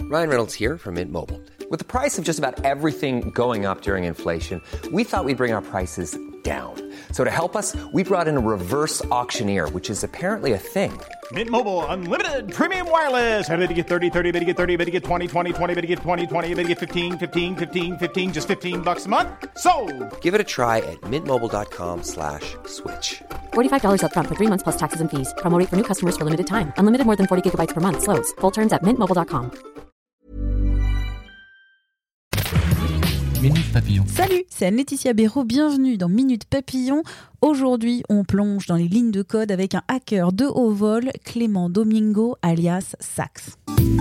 Ryan Reynolds here from Mint Mobile. With the price of just about everything going up during inflation, we thought we'd bring our prices down. So to help us, we brought in a reverse auctioneer, which is apparently a thing. Mint Mobile Unlimited Premium Wireless. How to get 30, 30, bit to get 30, bit to get 20, 20, 20, bit to get 20, 20, bit to get 15, 15, 15, 15, just $15 a month? Sold! Give it a try at mintmobile.com/switch. $45 up front for 3 months plus taxes and fees. Promo rate for new customers for limited time. Unlimited more than 40 gigabytes per month. Slows full terms at mintmobile.com. Minute Papillon. Salut, c'est Anne-Laetitia Béraud, bienvenue dans Minute Papillon. Aujourd'hui, on plonge dans les lignes de code avec un hacker de haut vol, Clément Domingo alias Sax.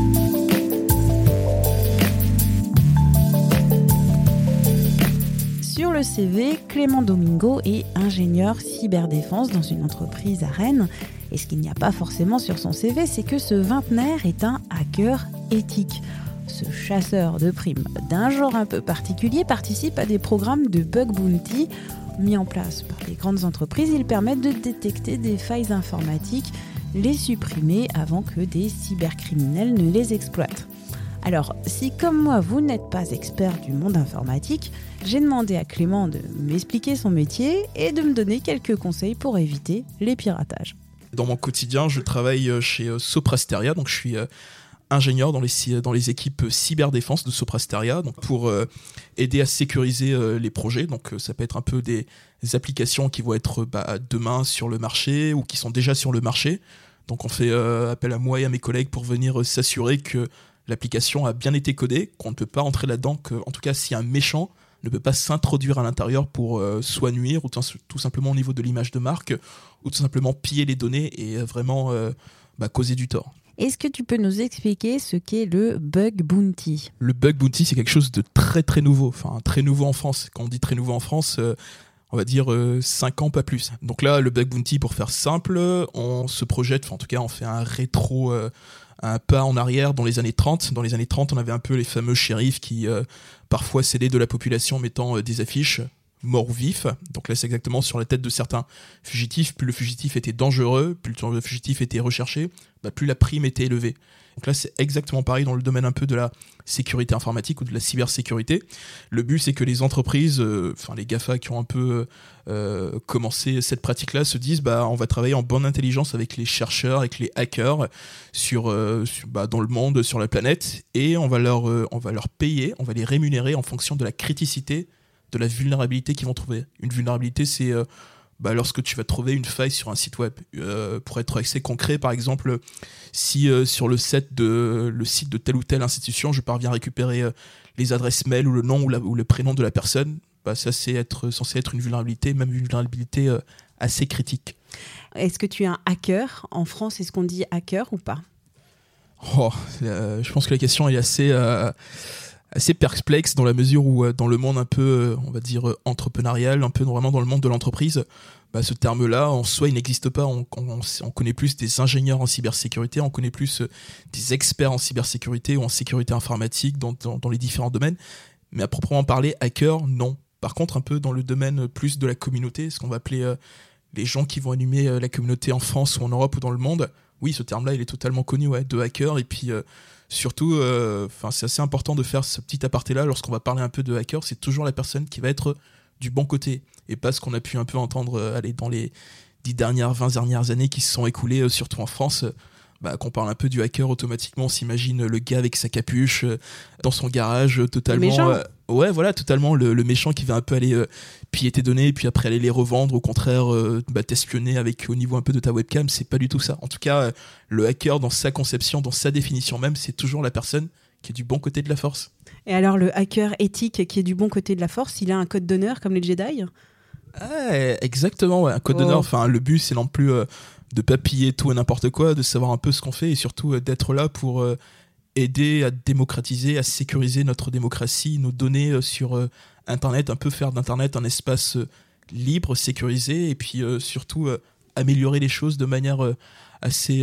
Sur le CV, Clément Domingo est ingénieur cyberdéfense dans une entreprise à Rennes. Et ce qu'il n'y a pas forcément sur son CV, c'est que ce vingtenaire est un hacker éthique. Ce chasseur de primes d'un genre un peu particulier participe à des programmes de bug bounty mis en place par les grandes entreprises. Ils permettent de détecter des failles informatiques, les supprimer avant que des cybercriminels ne les exploitent. Alors, si comme moi vous n'êtes pas expert du monde informatique, j'ai demandé à Clément de m'expliquer son métier et de me donner quelques conseils pour éviter les piratages. Dans mon quotidien, je travaille chez Soprasteria, donc je suis ingénieur dans les équipes cyberdéfense de Soprasteria, donc pour aider à sécuriser les projets. Donc ça peut être un peu des applications qui vont être demain sur le marché ou qui sont déjà sur le marché. Donc on fait appel à moi et à mes collègues pour venir s'assurer que l'application a bien été codée, qu'on ne peut pas entrer là-dedans, qu'en tout cas si un méchant ne peut pas s'introduire à l'intérieur pour soit nuire ou tout simplement au niveau de l'image de marque ou tout simplement piller les données et vraiment causer du tort. Est-ce que tu peux nous expliquer ce qu'est le bug bounty ? Le bug bounty, c'est quelque chose de très très nouveau, enfin très nouveau en France. Quand on dit très nouveau en France, on va dire 5 ans, pas plus. Donc là, le bug bounty, pour faire simple, on se projette, enfin en tout cas on fait un rétro, un pas en arrière dans les années 30. Dans les années 30, on avait un peu les fameux shérifs qui parfois s'aidaient de la population en mettant des affiches mort ou vif. Donc là, c'est exactement sur la tête de certains fugitifs. Plus le fugitif était dangereux, plus le fugitif était recherché, plus la prime était élevée. Donc là, c'est exactement pareil dans le domaine un peu de la sécurité informatique ou de la cybersécurité. Le but, c'est que les entreprises, les GAFA qui ont un peu commencé cette pratique-là, se disent on va travailler en bonne intelligence avec les chercheurs, avec les hackers dans le monde, sur la planète, et on va leur payer, on va les rémunérer en fonction de la criticité de la vulnérabilité qu'ils vont trouver. Une vulnérabilité, c'est lorsque tu vas trouver une faille sur un site web. Pour être assez concret, par exemple, si sur le site de telle ou telle institution, je parviens à récupérer les adresses mail ou le nom ou le prénom de la personne, ça c'est censé être une vulnérabilité, même une vulnérabilité assez critique. Est-ce que tu es un hacker ? En France, est-ce qu'on dit hacker ou pas ? Je pense que la question est assez perplexe dans la mesure où dans le monde un peu, on va dire, entrepreneurial, un peu vraiment dans le monde de l'entreprise, ce terme-là, en soi, il n'existe pas. On connaît plus des ingénieurs en cybersécurité, on connaît plus des experts en cybersécurité ou en sécurité informatique dans les différents domaines. Mais à proprement parler, hacker, non. Par contre, un peu dans le domaine plus de la communauté, ce qu'on va appeler les gens qui vont animer la communauté en France ou en Europe ou dans le monde, oui, ce terme-là, il est totalement connu, de hacker. Et puis surtout, c'est assez important de faire ce petit aparté-là. Lorsqu'on va parler un peu de hacker, c'est toujours la personne qui va être du bon côté. Et pas ce qu'on a pu un peu entendre dans les 20 dernières années qui se sont écoulées, surtout en France. Qu'on parle un peu du hacker, automatiquement, on s'imagine le gars avec sa capuche dans son garage, totalement... totalement le méchant qui va un peu aller piller tes données et puis après aller les revendre, au contraire t'espionner au niveau un peu de ta webcam. C'est pas du tout ça. En tout cas, le hacker, dans sa conception, dans sa définition même, c'est toujours la personne qui est du bon côté de la force. Et alors le hacker éthique qui est du bon côté de la force, il a un code d'honneur comme les Jedi ? Exactement, un code d'honneur. Enfin, le but, c'est non plus de pas piller tout et n'importe quoi, de savoir un peu ce qu'on fait et surtout d'être là pour aider à démocratiser, à sécuriser notre démocratie, nos données sur Internet, un peu faire d'Internet un espace libre, sécurisé et puis surtout améliorer les choses de manière assez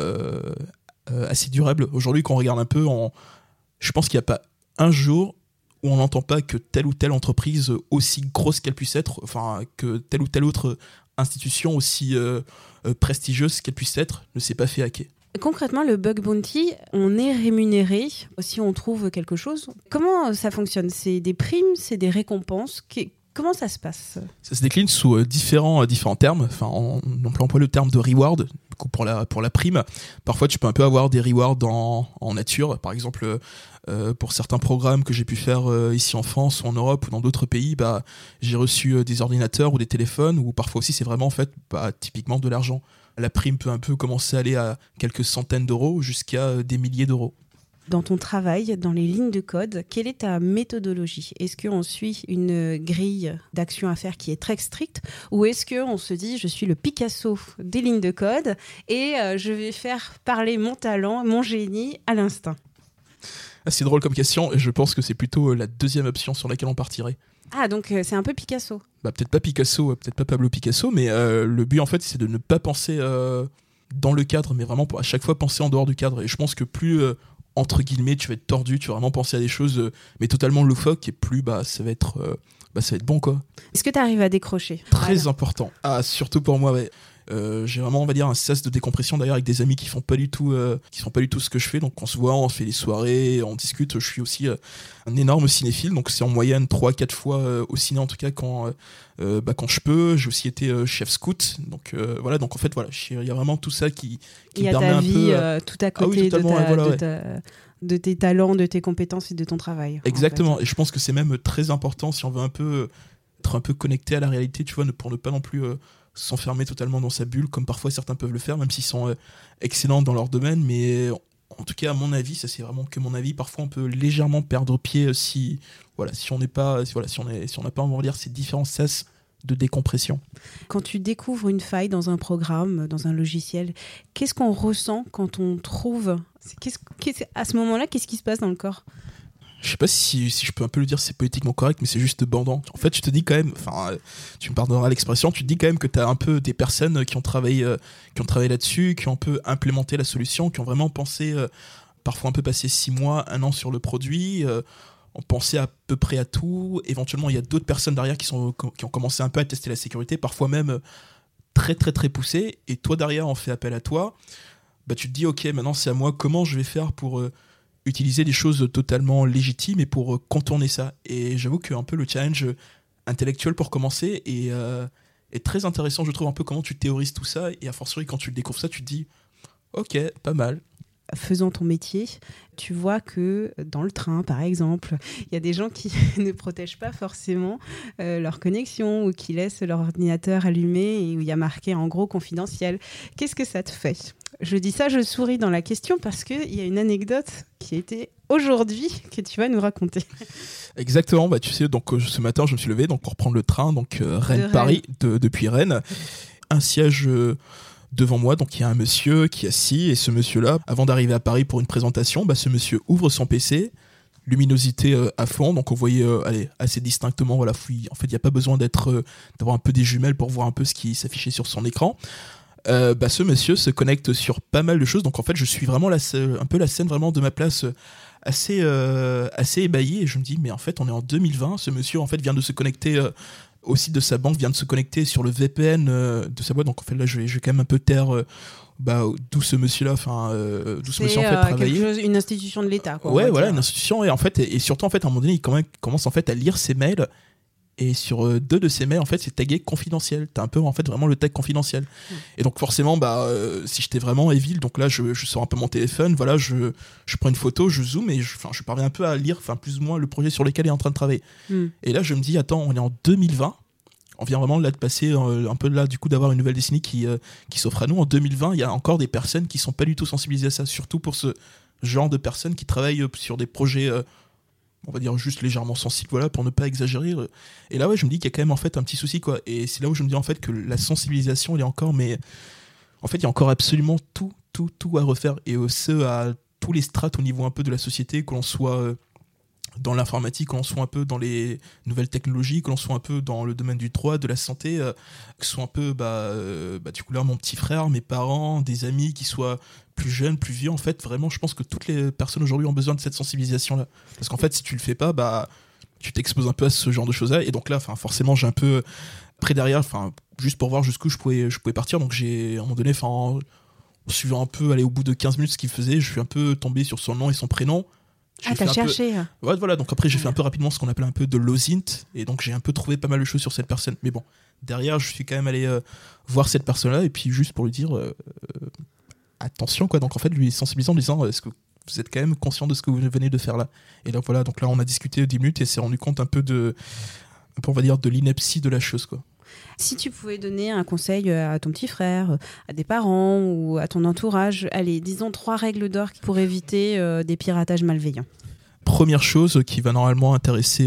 durable. Aujourd'hui, quand on regarde un peu, je pense qu'il n'y a pas un jour où on n'entend pas que telle ou telle entreprise, aussi grosse qu'elle puisse être, enfin que telle ou telle autre institution aussi prestigieuse qu'elle puisse être, ne s'est pas fait hacker. Concrètement, le bug bounty, on est rémunéré si on trouve quelque chose. Comment ça fonctionne ? C'est des primes, c'est des récompenses ? Comment ça se passe ? Ça se décline sous différents termes. Enfin, on emploie le terme de reward. Du coup, pour la prime, parfois tu peux un peu avoir des rewards en nature. Par exemple, pour certains programmes que j'ai pu faire ici en France ou en Europe ou dans d'autres pays, j'ai reçu des ordinateurs ou des téléphones, ou parfois aussi c'est vraiment en fait typiquement de l'argent. La prime peut un peu commencer à aller à quelques centaines d'euros jusqu'à des milliers d'euros. Dans ton travail, dans les lignes de code, quelle est ta méthodologie ? Est-ce qu'on suit une grille d'action à faire qui est très stricte, ou est-ce qu'on se dit je suis le Picasso des lignes de code et je vais faire parler mon talent, mon génie à l'instinct ? C'est drôle comme question, et je pense que c'est plutôt la deuxième option sur laquelle on partirait. Ah, donc c'est un peu Picasso. Peut-être pas Picasso, peut-être pas Pablo Picasso, mais le but en fait c'est de ne pas penser dans le cadre, mais vraiment à chaque fois penser en dehors du cadre. Et je pense que plus entre guillemets tu vas être tordu, tu vas vraiment penser à des choses mais totalement loufoques, et plus ça va être bon quoi. Est-ce que tu arrives à décrocher ? Très important. Surtout pour moi, ouais. J'ai vraiment, on va dire, un sas de décompression d'ailleurs avec des amis qui font pas du tout ce que je fais. Donc on se voit, on fait des soirées, on discute. Je suis aussi un énorme cinéphile, donc c'est en moyenne 3-4 fois au ciné en tout cas quand je peux. J'ai aussi été chef scout, donc voilà. Donc en fait voilà, il y a vraiment tout ça qui me permet un peu. Il y a ta vie tout à côté de tes talents, de tes compétences et de ton travail. Exactement. En fait. Et je pense que c'est même très important si on veut être un peu connecté à la réalité, tu vois, pour ne pas non plus s'enfermer totalement dans sa bulle, comme parfois certains peuvent le faire, même s'ils sont excellents dans leur domaine. Mais en tout cas, à mon avis, ça c'est vraiment que mon avis, parfois on peut légèrement perdre pied si on n'a pas, on va dire, ces différents sas de décompression. Quand tu découvres une faille dans un programme, dans un logiciel, qu'est-ce qu'on ressent quand on trouve à ce moment-là, qu'est-ce qui se passe dans le corps ? Je sais pas si je peux un peu le dire, c'est politiquement correct, mais c'est juste bandant. En fait, je te dis quand même, tu me pardonneras l'expression, tu te dis quand même que tu as un peu des personnes qui ont travaillé là-dessus, qui ont un peu implémenté la solution, qui ont vraiment pensé, parfois un peu passé 6 mois, 1 an sur le produit, ont pensé à peu près à tout. Éventuellement, il y a d'autres personnes derrière qui ont commencé un peu à tester la sécurité, parfois même très très très poussée, et toi derrière, on fait appel à toi. Tu te dis, ok, maintenant c'est à moi, comment je vais faire pour utiliser des choses totalement légitimes et pour contourner ça. Et j'avoue qu'un peu le challenge intellectuel pour commencer est très intéressant, je trouve, un peu comment tu théorises tout ça, et a fortiori quand tu le découvres ça, tu te dis ok, pas mal. Faisant ton métier, tu vois que dans le train, par exemple, il y a des gens qui ne protègent pas forcément leur connexion, ou qui laissent leur ordinateur allumé et où il y a marqué en gros confidentiel. Qu'est-ce que ça te fait ? Je dis ça, je souris dans la question parce qu'il y a une anecdote qui était aujourd'hui que tu vas nous raconter. Exactement, tu sais, donc ce matin je me suis levé pour reprendre le train, donc Rennes-Paris, depuis Rennes. Un siège devant moi, donc il y a un monsieur qui est assis, et ce monsieur-là, avant d'arriver à Paris pour une présentation, ce monsieur ouvre son PC, luminosité à fond, donc on voyait assez distinctement, en fait il n'y a pas besoin d'avoir un peu des jumelles pour voir un peu ce qui s'affichait sur son écran. Ce monsieur se connecte sur pas mal de choses, donc en fait je suis vraiment un peu la scène vraiment de ma place, assez ébahi, et je me dis mais en fait on est en 2020, ce monsieur en fait vient de se connecter au site de sa banque, vient de se connecter sur le VPN de sa boîte, donc en fait là je vais quand même un peu taire d'où ce monsieur là monsieur en fait travaillait. Une institution de l'État quoi. Ouais, voilà, une institution, et en fait et surtout en fait à un moment donné il commence en fait à lire ses mails. Et sur 2 de ces mails, en fait, c'est tagué confidentiel. T'as un peu, en fait, vraiment le tag confidentiel. Et donc, forcément, si j'étais vraiment évil, donc là, je sors un peu mon téléphone, voilà, je prends une photo, je zoome, et je parviens un peu à lire, plus ou moins, le projet sur lequel il est en train de travailler. Et là, je me dis, attends, on est en 2020. On vient vraiment là de passer un peu là, du coup, d'avoir une nouvelle décennie qui s'offre à nous. En 2020, il y a encore des personnes qui sont pas du tout sensibilisées à ça, surtout pour ce genre de personnes qui travaillent sur des projets on va dire juste légèrement sensible, voilà, pour ne pas exagérer. Et là, ouais, je me dis qu'il y a quand même en fait un petit souci, quoi. Et c'est là où je me dis en fait que la sensibilisation, il y a encore, mais en fait, il y a encore absolument tout à refaire, et à tous les strates au niveau un peu de la société, que l'on soit dans l'informatique, que l'on soit un peu dans les nouvelles technologies, que l'on soit un peu dans le domaine du droit, de la santé, que ce soit un peu, du coup là, mon petit frère, mes parents, des amis qui soient plus jeunes, plus vieux. En fait, vraiment, je pense que toutes les personnes aujourd'hui ont besoin de cette sensibilisation-là. Parce qu'en fait, si tu le fais pas, tu t'exposes un peu à ce genre de choses-là. Et donc là, forcément, j'ai un peu près derrière, juste pour voir jusqu'où je pouvais partir. Donc j'ai, à un moment donné, suivant un peu, au bout de 15 minutes ce qu'il faisait, je suis un peu tombé sur son nom et son prénom. T'as cherché Ouais, voilà, donc après j'ai fait un peu rapidement ce qu'on appelle un peu de l'OSINT, et donc j'ai un peu trouvé pas mal de choses sur cette personne. Mais bon, derrière je suis quand même allé voir cette personne-là, et puis juste pour lui dire attention quoi, donc en fait lui sensibilisant en disant est-ce que vous êtes quand même conscient de ce que vous venez de faire là. Et donc voilà, donc là on a discuté 10 minutes et s'est rendu compte un peu on va dire de l'ineptie de la chose quoi. Si tu pouvais donner un conseil à ton petit frère, à des parents ou à ton entourage, allez, disons 3 règles d'or pour éviter des piratages malveillants. Première chose qui va normalement intéresser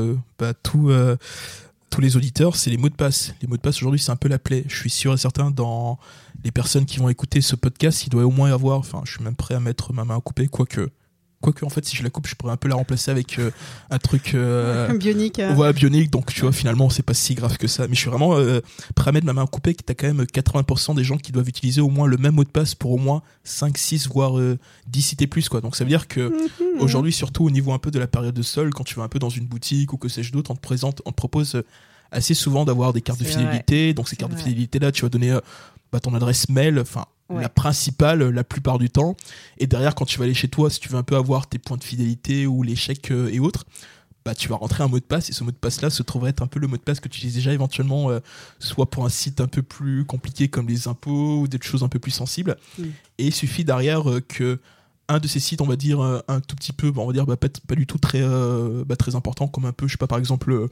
tous les auditeurs, c'est les mots de passe. Les mots de passe aujourd'hui c'est un peu la plaie. Je suis sûr et certain dans les personnes qui vont écouter ce podcast, il doit au moins y avoir, enfin je suis même prêt à mettre ma main à couper, quoique en fait si je la coupe je pourrais un peu la remplacer avec un truc bionique. Ouais, bionique, donc tu vois finalement c'est pas si grave que ça, mais je suis vraiment prêt à mettre ma main à couper que t'as quand même 80% des gens qui doivent utiliser au moins le même mot de passe pour au moins 5, 6 voire 10 cités plus quoi. Donc ça veut dire que aujourd'hui surtout au niveau un peu de la période de solde, quand tu vas un peu dans une boutique ou que sais-je d'autre, on te propose assez souvent d'avoir des cartes de fidélité, donc ces cartes de fidélité là tu vas donner ton adresse mail, enfin la principale la plupart du temps, et derrière quand tu vas aller chez toi, si tu veux un peu avoir tes points de fidélité ou les chèques et autres, tu vas rentrer un mot de passe, et ce mot de passe là se trouverait être un peu le mot de passe que tu utilises déjà éventuellement soit pour un site un peu plus compliqué comme les impôts ou des choses un peu plus sensibles, et il suffit derrière que un de ces sites, on va dire un tout petit peu, on va dire pas du tout très important, comme un peu, je sais pas, par exemple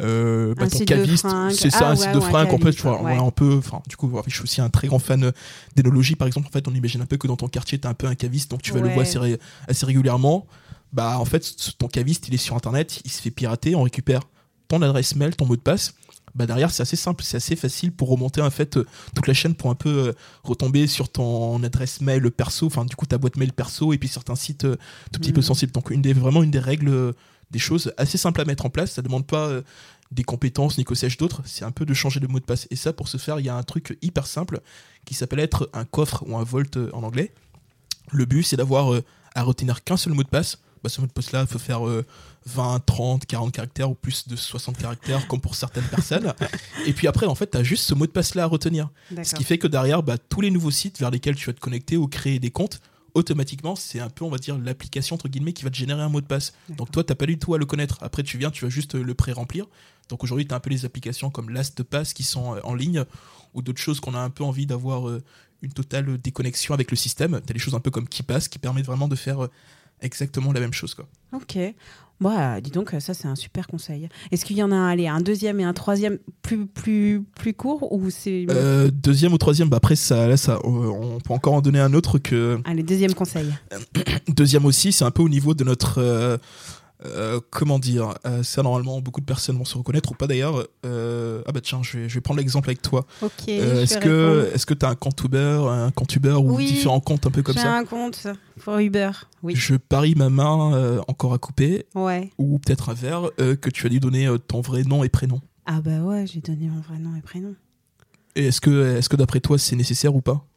ton caviste, c'est ça, un site de fringues, en fait, on peut, enfin, du coup, je suis aussi un très grand fan d'énologie, par exemple, en fait, on imagine un peu que dans ton quartier, t'as un peu un caviste, donc tu vas le voir assez régulièrement, en fait, ton caviste, il est sur internet, il se fait pirater, on récupère ton adresse mail, ton mot de passe. Derrière c'est assez simple, c'est assez facile pour remonter en fait toute la chaîne pour un peu retomber sur ton adresse mail perso, enfin du coup ta boîte mail perso et puis certains sites tout petit peu sensibles. Donc une des règles, des choses assez simples à mettre en place, ça demande pas des compétences ni que sais-je d'autre, c'est un peu de changer de mot de passe. Et ça, pour ce faire, il y a un truc hyper simple qui s'appelle être un coffre ou un vault en anglais. Le but c'est d'avoir à retenir qu'un seul mot de passe. Ce mot de passe là, il faut faire 20, 30, 40 caractères ou plus de 60 caractères comme pour certaines personnes. Et puis après, en fait, tu as juste ce mot de passe là à retenir. D'accord. Ce qui fait que derrière, tous les nouveaux sites vers lesquels tu vas te connecter ou créer des comptes, automatiquement, c'est un peu, on va dire, l'application entre guillemets qui va te générer un mot de passe. D'accord. Donc toi, tu n'as pas du tout à le connaître. Après, tu vas juste le pré-remplir. Donc aujourd'hui, tu as un peu les applications comme LastPass qui sont en ligne ou d'autres choses qu'on a un peu envie d'avoir une totale déconnexion avec le système. Tu as des choses un peu comme KeePass qui permettent vraiment de faire exactement la même chose quoi. Ok, dis donc ça c'est un super conseil. Est-ce qu'il y en a un deuxième et un troisième plus court ou c'est deuxième ou troisième, après ça on peut encore en donner un autre que. Allez, deuxième conseil. Deuxième aussi, c'est un peu au niveau de notre comment dire, ça normalement beaucoup de personnes vont se reconnaître ou pas d'ailleurs. Tiens, je vais prendre l'exemple avec toi. Ok. Est-ce que t'as un compte Uber ou différents comptes un peu comme ça? J'ai un compte pour Uber. Oui. Je parie ma main encore à couper. Ouais. Ou peut-être un verre que tu as dû donner ton vrai nom et prénom. Ah bah ouais, j'ai donné mon vrai nom et prénom. Et est-ce que d'après toi c'est nécessaire ou pas?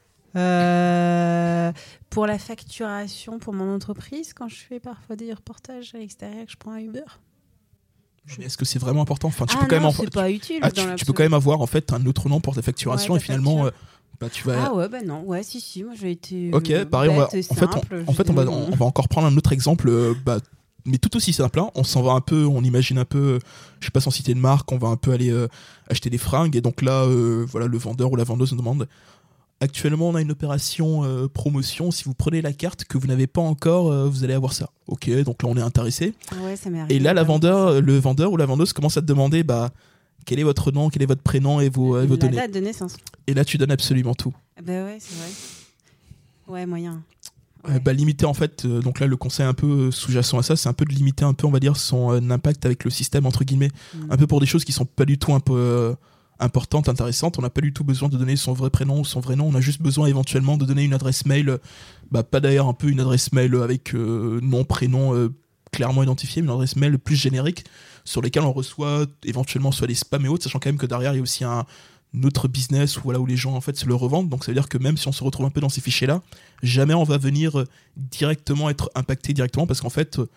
Pour la facturation pour mon entreprise, quand je fais parfois des reportages à l'extérieur, que je prends un Uber. Mais est-ce que c'est vraiment important? Enfin, tu c'est pas utile. Tu peux quand même avoir en fait un autre nom pour ta facturation et finalement tu vas. Ah ouais, non, ouais, si, moi j'ai été. Ok, pareil, on va encore prendre un autre exemple. Mais tout aussi simple, hein. On s'en va un peu, on imagine un peu, je sais pas sans citer de marque, on va un peu aller acheter des fringues et donc là, le vendeur ou la vendeuse nous demande. Actuellement, on a une opération promotion. Si vous prenez la carte que vous n'avez pas encore, vous allez avoir ça. Ok, donc là, on est intéressé. Ouais, ça m'est arrivé. Et là, le vendeur ou la vendeuse commence à te demander quel est votre nom, quel est votre prénom et vos données. La date de naissance. Et là, tu donnes absolument tout. Ouais, c'est vrai. Ouais, moyen. Ouais. Limiter, en fait, donc là, le conseil un peu sous-jacent à ça, c'est un peu de limiter un peu, on va dire, son impact avec le système, entre guillemets. Un peu pour des choses qui sont pas du tout un peu. Importante, intéressante, on n'a pas du tout besoin de donner son vrai prénom ou son vrai nom, on a juste besoin éventuellement de donner une adresse mail, pas d'ailleurs un peu une adresse mail avec nom, prénom clairement identifié, mais une adresse mail plus générique sur lesquelles on reçoit éventuellement soit des spams et autres, sachant quand même que derrière il y a aussi un autre business où les gens en fait se le revendent, donc ça veut dire que même si on se retrouve un peu dans ces fichiers là, jamais on va venir directement être impacté directement parce qu'en fait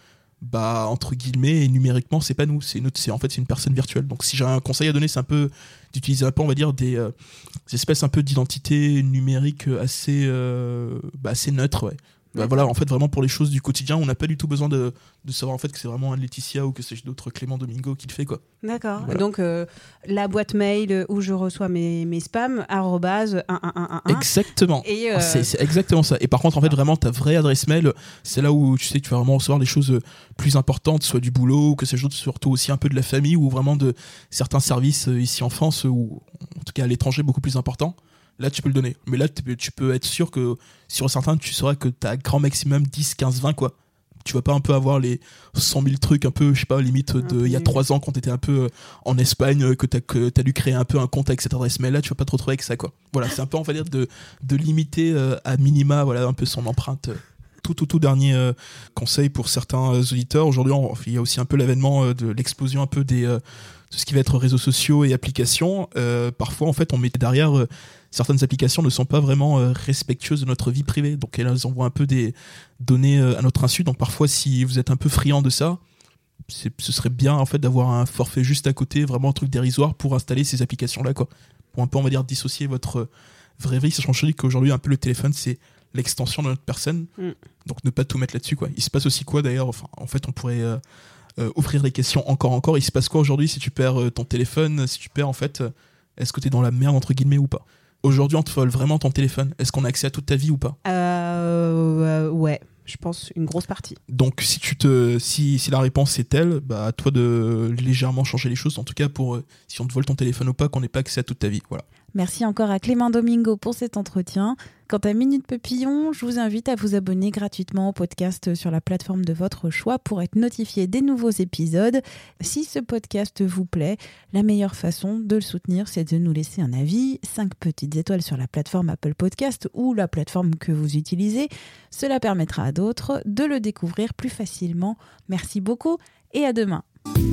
bah entre guillemets, numériquement, c'est pas nous, c'est une personne virtuelle. Donc si j'ai un conseil à donner, c'est un peu d'utiliser un peu, on va dire, des espèces un peu d'identité numérique assez neutre, ouais. Bah voilà, en fait, vraiment pour les choses du quotidien, on n'a pas du tout besoin de savoir en fait que c'est vraiment un Laetitia ou que c'est d'autres Clément Domingo qui le fait, quoi. D'accord. Voilà. Donc la boîte mail où je reçois mes spams @1111. Exactement. Et c'est exactement ça. Et par contre, en fait, vraiment ta vraie adresse mail, c'est là où tu sais que tu vas vraiment recevoir les choses plus importantes, soit du boulot ou que c'est surtout aussi un peu de la famille ou vraiment de certains services ici en France ou en tout cas à l'étranger beaucoup plus importants. Là, tu peux le donner. Mais là, tu peux être sûr que sur certains, tu sauras que tu as grand maximum 10, 15, 20, quoi. Tu vas pas un peu avoir les 100 000 trucs un peu, je sais pas, limite il y a 3 ans quand tu étais un peu en Espagne, que tu as dû créer un peu un compte avec cette adresse mail. Là, tu vas pas te retrouver avec ça, quoi. Voilà, c'est un peu, on va dire, de limiter à minima, voilà, un peu son empreinte. Tout dernier conseil pour certains auditeurs. Aujourd'hui, il y a aussi un peu l'avènement de l'explosion un peu de ce qui va être réseaux sociaux et applications. Parfois, en fait, on met derrière certaines applications ne sont pas vraiment respectueuses de notre vie privée. Donc, elles envoient un peu des données à notre insu. Donc, parfois, si vous êtes un peu friand de ça, ce serait bien en fait d'avoir un forfait juste à côté, vraiment un truc dérisoire pour installer ces applications-là, quoi. Pour un peu, on va dire, dissocier votre vraie vie. Sachant que je dis qu'aujourd'hui, un peu le téléphone, c'est l'extension de notre personne. Donc, ne pas tout mettre là-dessus, quoi. Il se passe aussi quoi, d'ailleurs? Enfin, en fait, on pourrait ouvrir les questions encore. Il se passe quoi aujourd'hui si tu perds ton téléphone? Si tu perds, en fait, est-ce que t'es dans la merde, entre guillemets, ou pas? Aujourd'hui, on te vole vraiment ton téléphone. Est-ce qu'on a accès à toute ta vie ou pas? Ouais, je pense une grosse partie. Donc, si la réponse est telle, bah, à toi de légèrement changer les choses. En tout cas, pour si on te vole ton téléphone ou pas, qu'on n'ait pas accès à toute ta vie. Voilà. Merci encore à Clément Domingo pour cet entretien. Quant à Minute Papillon, je vous invite à vous abonner gratuitement au podcast sur la plateforme de votre choix pour être notifié des nouveaux épisodes. Si ce podcast vous plaît, la meilleure façon de le soutenir, c'est de nous laisser un avis, 5 petites étoiles sur la plateforme Apple Podcast ou la plateforme que vous utilisez. Cela permettra à d'autres de le découvrir plus facilement. Merci beaucoup et à demain.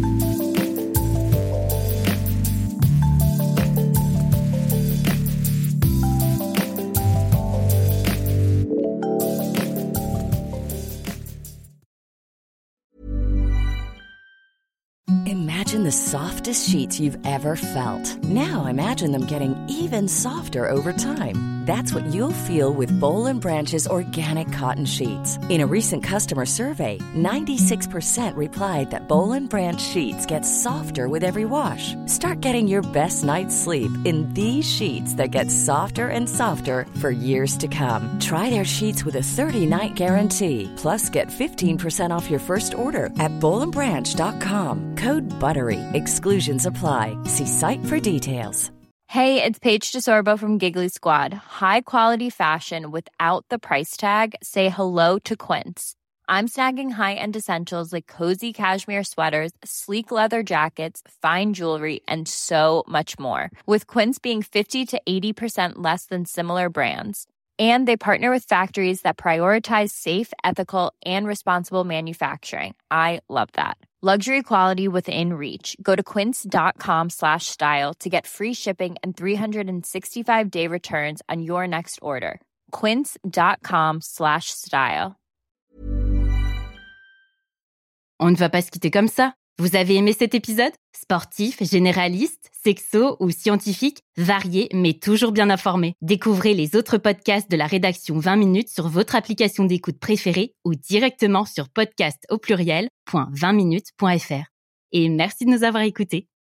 Imagine the softest sheets you've ever felt. Now imagine them getting even softer over time. That's what you'll feel with Boll & Branch's organic cotton sheets. In a recent customer survey, 96% replied that Boll & Branch sheets get softer with every wash. Start getting your best night's sleep in these sheets that get softer and softer for years to come. Try their sheets with a 30-night guarantee. Plus, get 15% off your first order at bollandbranch.com. Code BUTTERY. Exclusions apply. See site for details. Hey, it's Paige DeSorbo from Giggly Squad. High quality fashion without the price tag. Say hello to Quince. I'm snagging high-end essentials like cozy cashmere sweaters, sleek leather jackets, fine jewelry, and so much more. With Quince being 50 to 80% less than similar brands. And they partner with factories that prioritize safe, ethical, and responsible manufacturing. I love that. Luxury quality within reach. Go to quince.com/style to get free shipping and 365-day returns on your next order. Quince.com/style. On ne va pas se quitter comme ça. Vous avez aimé cet épisode? Sportif, généraliste, sexo ou scientifique, varié mais toujours bien informé. Découvrez les autres podcasts de la rédaction 20 minutes sur votre application d'écoute préférée ou directement sur podcast@20minutes.fr. Et merci de nous avoir écoutés.